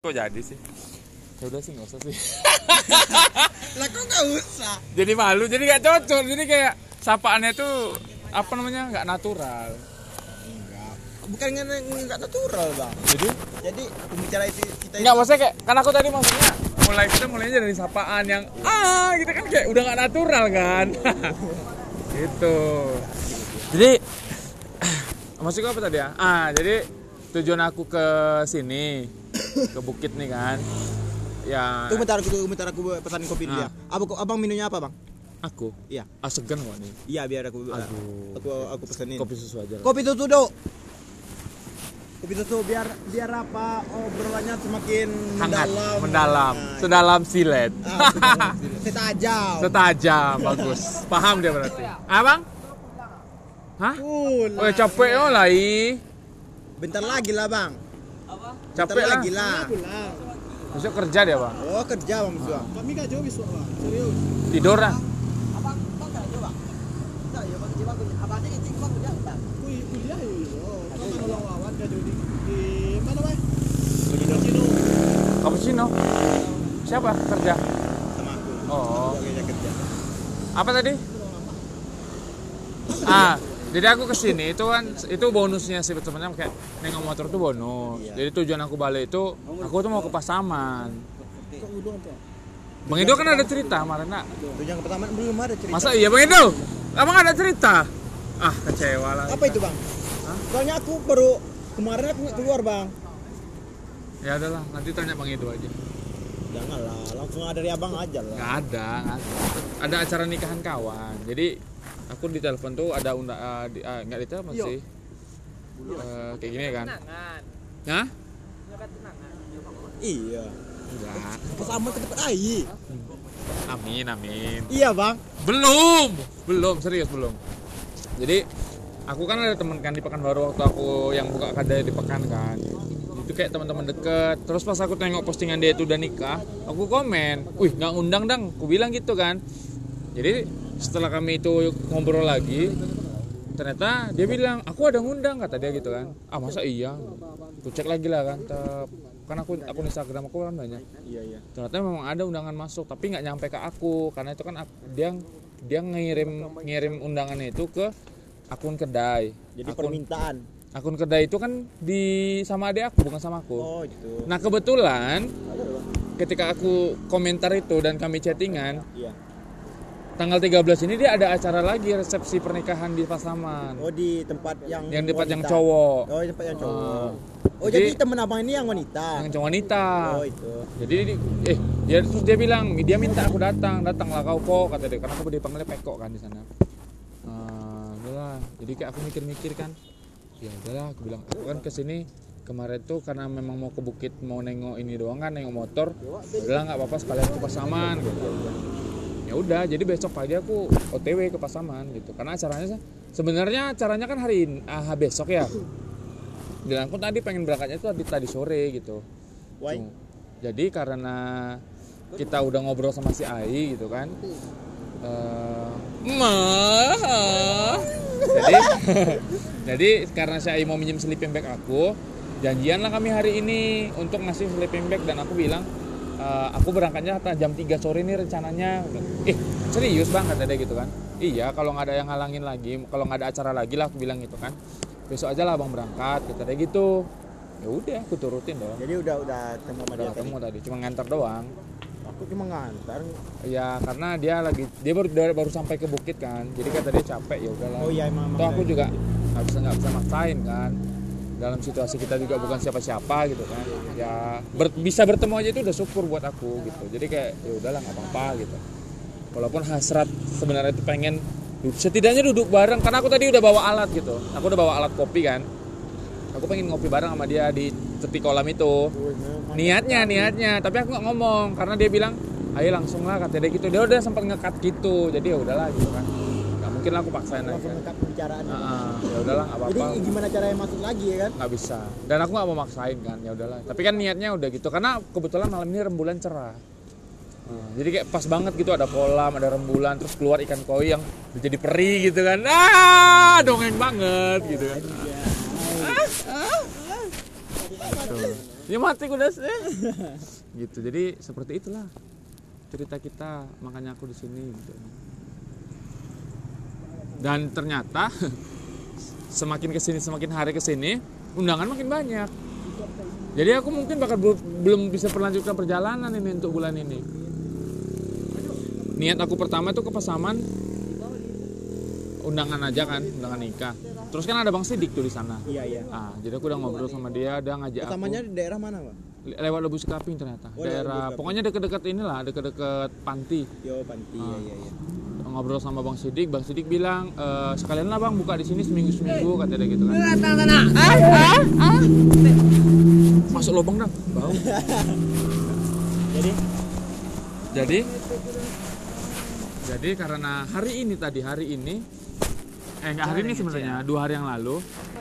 Kok jadi sih? Ya udah sih, nggak usah sih. Lah kok nggak usah? Jadi malu, jadi nggak cocok. Jadi kayak sapaannya tuh apa namanya, nggak natural. Enggak. Bukan nggak natural bang. Jadi pembicara itu kita. Nggak, maksudnya kayak kan aku tadi maksudnya mulainya dari sapaan yang gitu kan kayak udah nggak natural kan. Gitu. Jadi maksudnya apa tadi ya? Jadi tujuan aku ke sini, ke bukit nih kan. Ya. Tunggu bentar aku pesanin kopi dulu ya. Abang minumnya apa bang? Aku? Iya. Segan kok nih. Iya biar aku. Aduh. Aku pesanin. Kopi susu aja lah. Kopi susu dong. Kopi susu biar apa obrolannya semakin hangat, mendalam. Nah, Sedalam silet. Setajam. Bagus. Paham dia berarti. Bang? Hah? Oh, capek lah bentar lagi lah bang. Capek lah. Lagi lah. Besok kerja dia bang. Oh kerja bang besok. Kami gak jauh besok bang. Serius. Tidur lah. Abang gak jauh bang? Enggak ya bang, abangnya ngecek bang kuliah enggak? Kuliah ya. Kalau nolong lawan gak jauh di mana bang? Cappuccino. Siapa kerja? Sama aku. Oh. Kerja. Apa tadi? Jadi aku kesini itu kan itu bonusnya sih sebenarnya, kayak nengok motor tuh bonus. Iya. Jadi tujuan aku balik itu aku tuh mau ke Pasaman. Kok udah apa? Bang Edo kan ada cerita kemarin nak. Tujuan pertama belum ada cerita. Masa iya Bang Edo? Abang ada cerita? Kecewa lah. Apa itu bang? Soalnya aku baru kemarin aku keluar bang. Ya adalah, nanti tanya Bang Edo aja. Janganlah, langsung ada dari abang aja lah. Nggak ada. Ada acara nikahan kawan. Jadi aku di telepon tuh ada nggak di telepon sih. Kayak gini kan? Hah? Iya. Enggak. Kesama ke tempat air. Amin. Iya bang. Belum serius belum. Jadi aku kan ada teman kan di Pekanbaru waktu aku yang buka kedai di Pekan kan. Itu kayak teman-teman deket. Terus pas aku tengok postingan dia itu udah nikah, aku komen, "Wih, nggak ngundang dang." Aku bilang gitu kan. Jadi setelah kami itu ngobrol lagi, ternyata dia bilang, "Aku ada ngundang," kata dia gitu kan. Masa iya? Aku cek lagi lah kan. Kan akun Instagram aku kan banyak. Iya. Ternyata memang ada undangan masuk, tapi nggak nyampe ke aku karena itu kan dia ngirim undangannya itu ke akun kedai. Jadi permintaan. Akun kedai itu kan sama adik aku, bukan sama aku. Oh gitu. Nah kebetulan ketika aku komentar itu dan kami chattingan, Iya. tanggal 13 ini dia ada acara lagi resepsi pernikahan di Pasaman. Oh di tempat yang tempat wanita. yang cowok. Oh di tempat yang cowok. Jadi Jadi temen abang ini yang wanita. yang cowok wanita. Oh itu. Jadi dia bilang, dia minta aku datanglah kau kok, kata dia, karena aku dipanggilnya Peko kan di sana. Udahlah, jadi kayak aku mikir kan, ya udahlah, aku bilang aku kan kesini kemarin tuh karena memang mau ke bukit, mau nengok ini doang kan, nengok motor. Udahlah nggak apa-apa sekalian ke Pasaman gitu. Ya udah, jadi besok pagi aku OTW ke Pasaman gitu, karena sebenarnya acaranya kan hari ini, besok ya. Dan aku tadi pengen berangkatnya itu tadi sore gitu. Why? Jadi karena kita udah ngobrol sama si Ai gitu kan. Jadi karena si Ai mau minjem sleeping bag aku, janjian lah kami hari ini untuk ngasih sleeping bag, dan aku bilang aku berangkatnya jam 3 sore ini rencananya. Serius bang, kata dia gitu kan. Iya, kalau nggak ada yang halangin lagi, kalau nggak ada acara lagi lah, aku bilang gitu kan. Besok aja lah abang berangkat, kata dia gitu. Ya udah, aku turutin dong. Jadi udah ketemu tadi, cuma ngantar doang. Aku cuma ngantar. Ya karena dia baru sampai ke bukit kan, jadi kata dia capek, ya udahlah. Oh iya emang. Toh aku juga nggak bisa maksain kan. Dalam situasi kita juga bukan siapa-siapa gitu kan. Ya bisa bertemu aja itu udah syukur buat aku gitu. Jadi kayak ya udahlah, nggak apa-apa gitu. Walaupun hasrat sebenarnya itu pengen setidaknya duduk bareng, karena aku tadi udah bawa alat gitu. Aku udah bawa alat kopi kan. Aku pengen ngopi bareng sama dia di tepi kolam itu. Niatnya, tapi aku nggak ngomong karena dia bilang, "Ayo langsung lah," kata dia gitu. Dia udah sempat ngekat gitu. Jadi ya udahlah gitu kan. Nggak mungkin lah aku paksain aja. Ngekat pembicaraan. Ya udahlah, nggak apa-apa. Jadi gimana caranya masuk lagi ya kan? Nggak bisa. Dan aku nggak mau maksain kan. Ya udahlah. Tapi kan niatnya udah gitu, karena kebetulan malam ini rembulan cerah. Jadi kayak pas banget gitu, ada kolam, ada rembulan, terus keluar ikan koi yang jadi peri gitu kan. Dongeng banget gitu kan. Ya mati udah gitu. Jadi seperti itulah cerita kita, makanya aku di sini gitu. Dan ternyata semakin kesini, semakin hari kesini, undangan makin banyak. Jadi aku mungkin bakal belum bisa melanjutkan perjalanan ini untuk bulan ini. Niat aku pertama itu ke Pasaman, undangan aja kan, undangan nikah. Terus kan ada Bang Sidik tuh di sana. Iya. Jadi aku udah ngobrol sama dia, dia ngajak aku. Pertamanya di daerah mana, Pak? Lewat Lubuk Sekaping ternyata. Oh, Daerah, pokoknya deket-deket inilah, deket-deket panti. Yo, Panti. Iya. Ngobrol sama Bang Sidik bilang sekalian lah Bang buka di sini seminggu kata dia gitu kan. Masuk lubang dong, bau. Jadi karena hari ini enggak hari ini sebenarnya 2 hari yang lalu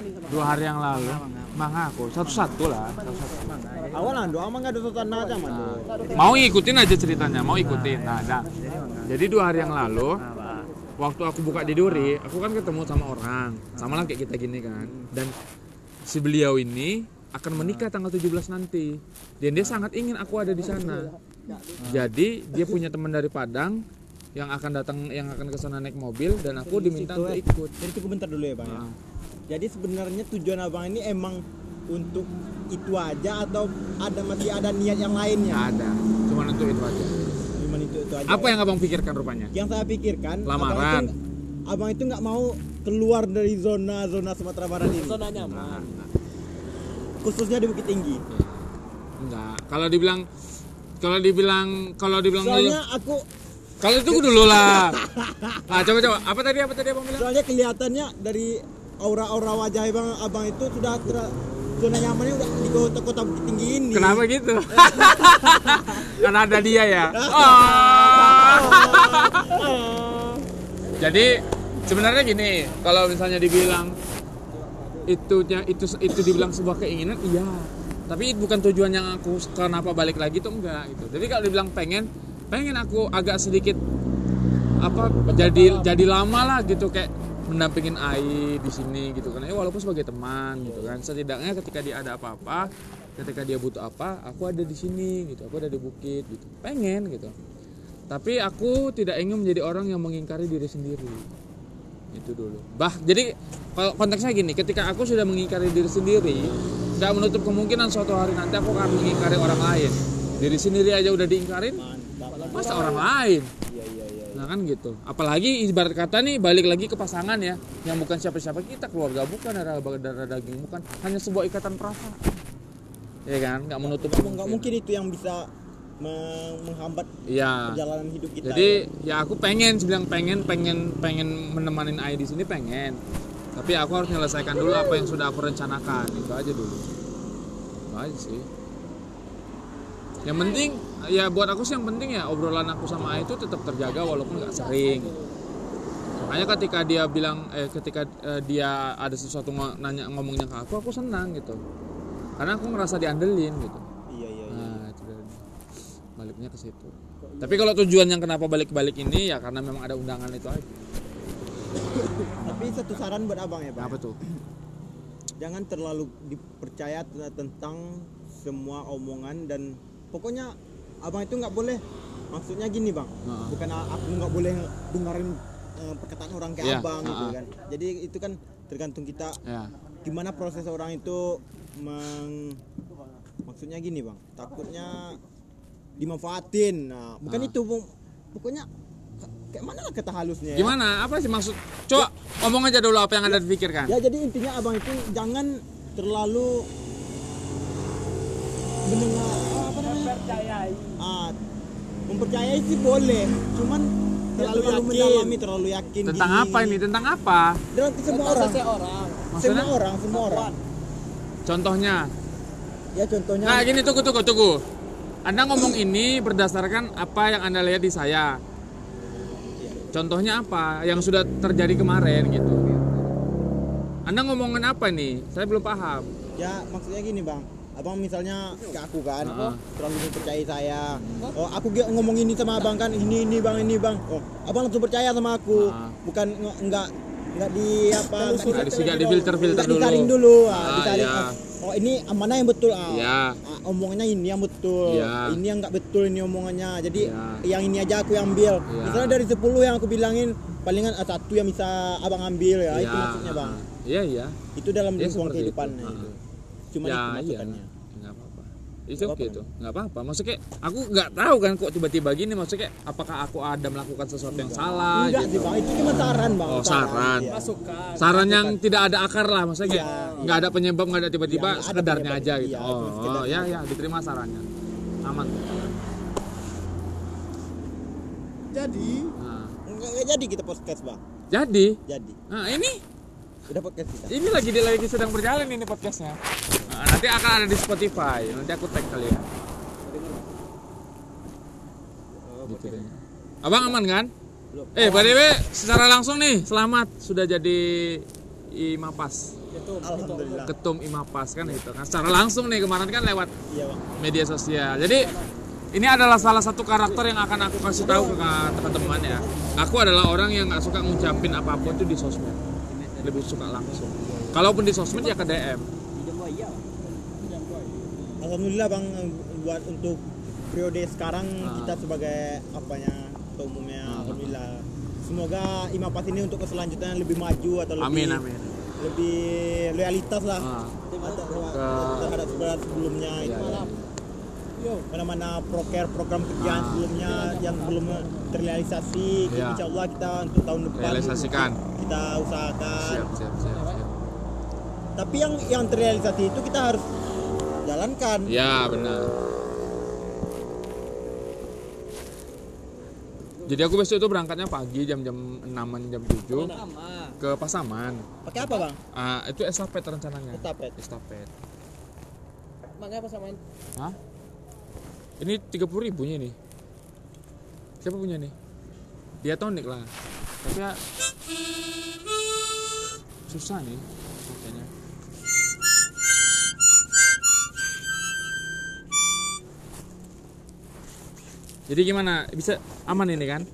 mangga aku satu-satu lah. Awalan doang mah enggak ada tanah aja mah. Mau ikutin aja ceritanya, Nah, jadi 2 hari yang lalu waktu aku buka di Duri, aku kan ketemu sama orang, sama lah kayak kita gini kan. Dan si beliau ini akan menikah tanggal 17 nanti. Dan dia sangat ingin aku ada di sana. Jadi dia punya teman dari Padang yang akan ke sana naik mobil dan aku diminta untuk ikut. Jadi tunggu bentar dulu ya, Bang. Jadi sebenarnya tujuan Abang ini emang untuk itu aja atau masih ada niat yang lainnya? Ada. Cuma untuk itu aja. Apa yang Abang pikirkan rupanya? Yang saya pikirkan lamaran. Abang itu nggak mau keluar dari zona Sumatera Barat ini. Zona nyaman. Khususnya di Bukit Tinggi. Enggak. Kalau dibilang Soalnya aku kalau itu dulu lah. Nah, coba. Apa tadi Abang bilang? Soalnya kelihatannya dari aura wajah abang itu sudah zona nyamannya udah di kota Bukit Tinggi ini. Kenapa gitu? Karena ada dia ya. Jadi sebenarnya gini, kalau misalnya dibilang itu dibilang sebuah keinginan, iya. Tapi bukan tujuan yang aku kenapa balik lagi tuh enggak gitu. Jadi kalau dibilang pengen aku agak sedikit jadi lama lah gitu, kayak mendampingin Ai di sini gitu kan. Walaupun sebagai teman gitu kan. Setidaknya ketika dia ada apa-apa, ketika dia butuh apa, aku ada di sini gitu. Aku ada di bukit gitu. Pengen gitu. Tapi aku tidak ingin menjadi orang yang mengingkari diri sendiri. Itu dulu. Jadi konteksnya gini, ketika aku sudah mengingkari diri sendiri, tidak menutup kemungkinan suatu hari nanti aku akan mengingkari orang lain. Diri sendiri aja udah diingkarin, masa orang lain? Nah kan gitu. Apalagi ibarat kata nih, balik lagi ke pasangan ya, yang bukan siapa-siapa kita, keluarga bukan, darah daging bukan, hanya sebuah ikatan perasaan. Ya kan, nggak menutup kemungkinan. Nggak mungkin itu yang bisa menghambat perjalanan hidup kita. Jadi ya aku pengen menemani Ai di sini pengen. Tapi aku harus menyelesaikan dulu apa yang sudah aku rencanakan. Itu aja dulu. Itu aja sih. Yang penting ya buat aku sih yang penting ya obrolan aku sama Ai itu tetap terjaga walaupun nggak sering. Makanya ketika dia bilang dia ada sesuatu ngomongnya ke aku senang gitu. Karena aku ngerasa diandelin gitu. Iya. Nah, itu baliknya ke situ. Tapi kalau tujuan yang kenapa balik-balik ini ya karena memang ada undangan itu aja. Tapi satu saran buat abang ya, Pak. Apa tuh? Jangan terlalu dipercaya tentang semua omongan dan pokoknya abang itu nggak boleh. Maksudnya gini, Bang. Bukan aku nggak boleh dengerin perkataan orang kayak abang gitu kan. Jadi itu kan tergantung kita. Gimana proses orang itu maksudnya gini, Bang. Takutnya dimanfaatin. Nah, bukan itu, Bang. Pokoknya kayak mana lah kata halusnya ya? Gimana? Apa sih maksud? Coba ngomong aja dulu apa yang Anda pikirkan. Ya jadi intinya abang itu jangan terlalu mendengar mempercayai sih boleh, cuman terlalu yakin tentang gini, apa ini? Tentang apa? dalam semua orang. Contohnya? Ya contohnya. Nah gini, tunggu. Anda ngomong ini berdasarkan apa yang Anda lihat di saya. Contohnya apa yang sudah terjadi kemarin gitu. Anda ngomongin apa nih? Saya belum paham. Ya maksudnya gini, Bang. Abang misalnya ke aku kan, terlalu mempercayai saya. Oh, aku ngomong ini sama abang kan, ini bang. Oh, abang langsung percaya sama aku. Bukan enggak di apa? Enggak di filter dulu. Disaring dulu. Disaring. oh ini mana yang betul Iya. omongannya ini yang betul, Iya. ini yang nggak betul ini omongannya. Jadi Iya. yang ini aja aku yang ambil. Iya. Misalnya dari 10 yang aku bilangin palingan satu yang bisa abang ambil ya, itu maksudnya bang. Iya. Itu dalam Ya, lingkungan seperti kehidupannya itu. itu. Cuma Ya, itu iya. masukannya. Nggak apa-apa. Itu Nggak oke apa-apa. tuh. Nggak apa-apa. Maksudnya aku nggak tahu kan kok tiba-tiba gini. Maksudnya apakah aku ada melakukan sesuatu yang salah Enggak sih gitu. bang, itu cuma saran bang. Oh, saran. Iya. Masukan. Saran yang tidak ada akar lah, maksudnya kayak Iya. nggak ada penyebab, nggak ada tiba-tiba, Iya, nggak ada sekedarnya penyebab. aja gitu. Iya, cuma sekedar Ya aja. ya, diterima sarannya. Aman. Jadi Nah, Nggak jadi kita podcast bang. jadi, Jadi nah ini udah podcast kita. lagi sedang berjalan ini podcastnya. Nah, nanti akan ada di Spotify. Nanti aku tag kali ya. Gitu deh. Abang aman kan? Belum. By the way, secara langsung nih, selamat sudah jadi IMAPAS, Alhamdulillah. ketum IMAPAS kan itu kan. Secara langsung nih kemarin kan lewat Iya bang. media sosial. Jadi ini adalah salah satu karakter yang akan aku kasih tahu ke teman-teman ya. Aku adalah orang yang nggak suka ngucapin apapun itu di sosmed. Lebih suka langsung. Kalaupun di sosmed ya ke DM. Alhamdulillah bang, buat untuk periode sekarang Ah. kita sebagai apanya ketua umumnya, alhamdulillah. Semoga IMAPAS ini untuk keselanjutannya lebih maju atau lebih Amin. lebih loyalitas lah Ah. terhadap sebelumnya Iya, itu. iya. Mana-mana program kerjaan sebelumnya yang belum terrealisasi, Iya. insya Allah kita untuk tahun depan Realisasikan. kita usahakan. Siap. Tapi yang terrealisasi itu kita harus jalankan. Ya benar. Jadi aku besok itu berangkatnya pagi jam 6-an jam 7 ke Pasaman. Pakai apa bang? Itu estafet rencananya. Estafet. makanya apa samaan? Hah? Ini 30.000 nih. Siapa punya nih? Diatonik lah. Tapi ya susah nih makanya. Jadi gimana? Bisa aman ini kan?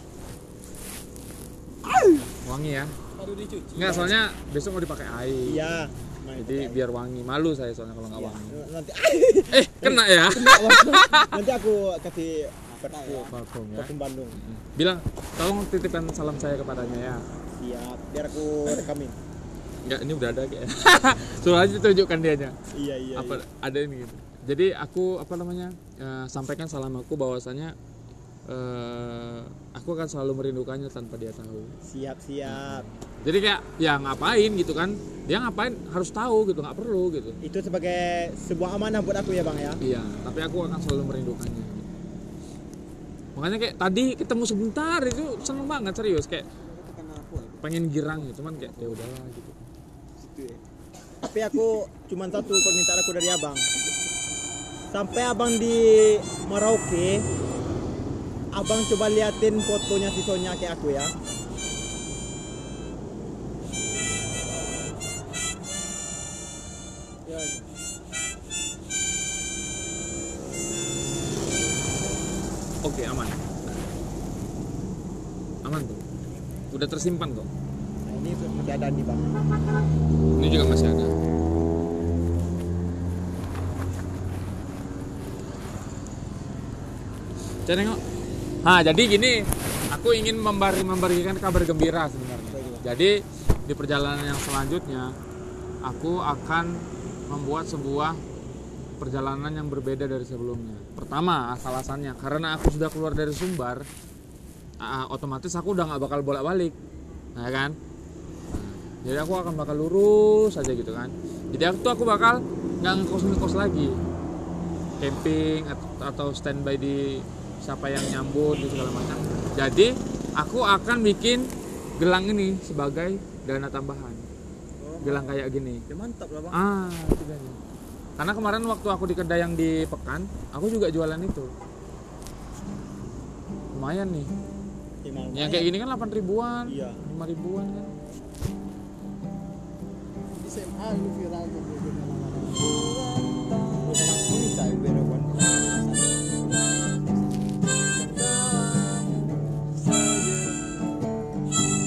Wangi ya? Baru dicuci. Enggak, soalnya besok mau dipakai air. Iya. Jadi biar wangi. Malu saya soalnya kalau nggak Iya. wangi. Nanti Kena ya? nanti aku kasih Parfum ya. parfum Bandung. Bilang, tolong titipkan salam saya kepadanya ya. Siap. Biar aku rekamin. Enggak, ini udah ada kayaknya. Suruh aja tunjukkan dianya. Iya. Apa ada ini gitu. Jadi aku sampaikan salam aku bahwasanya aku akan selalu merindukannya tanpa dia tahu. Siap. Jadi kayak ya ngapain gitu kan? Dia ngapain harus tahu gitu, nggak perlu gitu. Itu sebagai sebuah amanah buat aku ya bang ya. Iya, tapi aku akan selalu merindukannya. Makanya kayak tadi ketemu sebentar itu seneng banget serius kayak pengen girang gitu, cuman kayak ya udahlah gitu. Tapi aku cuman satu permintaan aku dari abang. Sampai abang di Merauke, abang coba liatin fotonya si Sonya kayak aku ya. Oke, aman. Aman tuh. Udah tersimpan kok. Nah, ini masih ada nih bang. Ini juga masih ada. Saya nengok. Jadi gini, aku ingin memberikan kabar gembira sebenarnya. Jadi di perjalanan yang selanjutnya, aku akan membuat sebuah perjalanan yang berbeda dari sebelumnya. Pertama, alasannya karena aku sudah keluar dari Sumbar, otomatis aku udah nggak bakal bolak-balik, ya kan? Jadi aku akan bakal lurus aja gitu kan. Jadi aku bakal nggak ngekos lagi, camping atau standby di siapa yang nyambut gitu segala macam. Jadi aku akan bikin gelang ini sebagai dana tambahan. Gelang kayak gini. Ya mantap lah bang. Itu dia. Karena kemarin waktu aku di kedai yang di Pekan, aku juga jualan itu. Lumayan nih. Yang kayak gini kan 8.000-an, Iya. 5.000-an kan. Di SMA lu viral tuh. Langsung bisa berawan.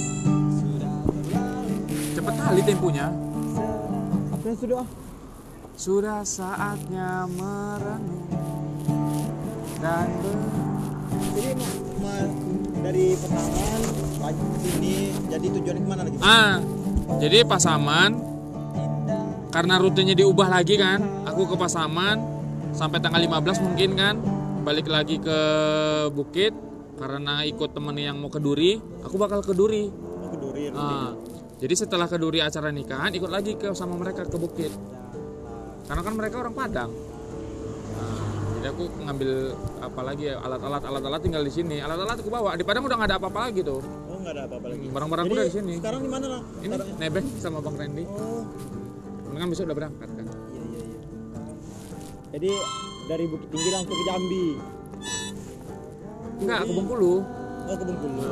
Cepet kali temponya. Apa yang sudah? sudah saatnya merenung dan Jadi dari Pasaman sini jadi tujuannya kemana lagi? Jadi Pasaman karena rutenya diubah lagi kan, aku ke Pasaman sampai tanggal 15 mungkin kan, balik lagi ke Bukit karena ikut temen yang mau ke Duri, aku bakal ke Duri. Ke Duri. Jadi setelah ke Duri acara nikahan ikut lagi ke sama mereka ke Bukit. Karena kan mereka orang Padang. Jadi aku ngambil apa lagi ya, alat-alat tinggal di sini. Alat-alat aku bawa. Di Padang udah nggak ada apa-apa lagi tuh. Oh, nggak ada apa-apa lagi. Barang-barang Jadi udah di sini. Sekarang di mana lah? Ini nebeng sama Bang Randy. Oh. Kan besok udah berangkat kan. Iya. Jadi dari Bukit Tinggi langsung ke Jambi. Enggak, ke Bengkulu. Oh, ke Bengkulu.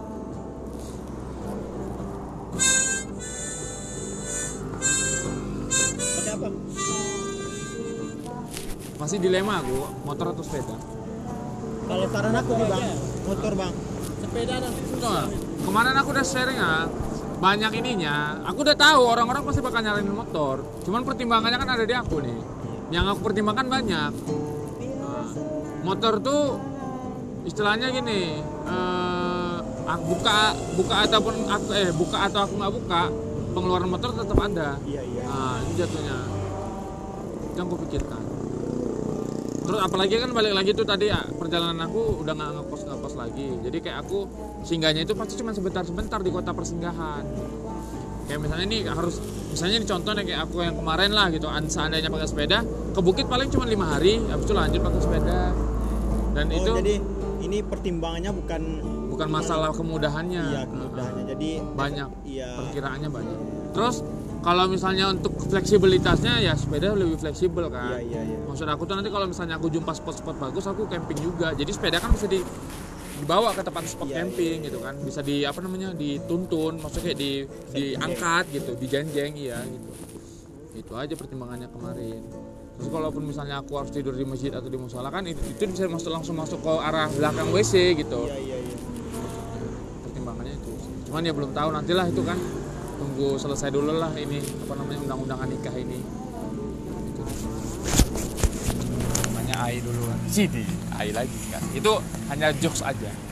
Pakai apa? Masih dilema aku, motor atau sepeda. Kalau saran aku nih bang, motor bang. Sepeda nanti Nah, kemarin aku udah sharing ya, banyak ininya. Aku udah tahu orang-orang pasti bakal nyaranin motor. Cuman pertimbangannya kan ada di aku nih. Yang aku pertimbangkan banyak. Motor tuh istilahnya gini, buka ataupun buka atau aku nggak buka, pengeluaran motor tetap ada. Iya. Nah, itu jatuhnya. Itu yang aku pikirkan. Terus apalagi kan balik lagi tuh tadi ya, perjalanan aku udah nggak ngekos lagi. Jadi kayak aku singgahnya itu pasti cuma sebentar di kota persinggahan. Kayak misalnya ini harus, misalnya ini contohnya kayak aku yang kemarin lah gitu, seandainya pakai sepeda ke Bukit paling cuma 5 hari, habis itu lanjut pakai sepeda. Dan Oh, itu jadi ini pertimbangannya bukan masalah kemudahannya. Iya, kemudahannya. Jadi Banyak, iya. perkiraannya banyak. Terus kalau misalnya untuk fleksibilitasnya ya sepeda lebih fleksibel kan. Iya. Maksud aku tuh nanti kalau misalnya aku jumpa spot-spot bagus aku camping juga. Jadi sepeda kan bisa dibawa ke tempat spot Iya, camping gitu kan. Bisa dituntun, maksudnya kayak diangkat gitu, dijenjeng iya gitu. Itu aja pertimbangannya kemarin. Terus kalaupun misalnya aku harus tidur di masjid atau di musola kan itu bisa langsung masuk ke arah belakang WC gitu. Iya. Pertimbangannya itu. Cuman ya belum tahu, nantilah itu kan. Tunggu selesai dulu lah ini undang-undangan nikah ini. Itu. Namanya AI dulu kan. Sini AI lagi kan. Itu hanya jokes aja.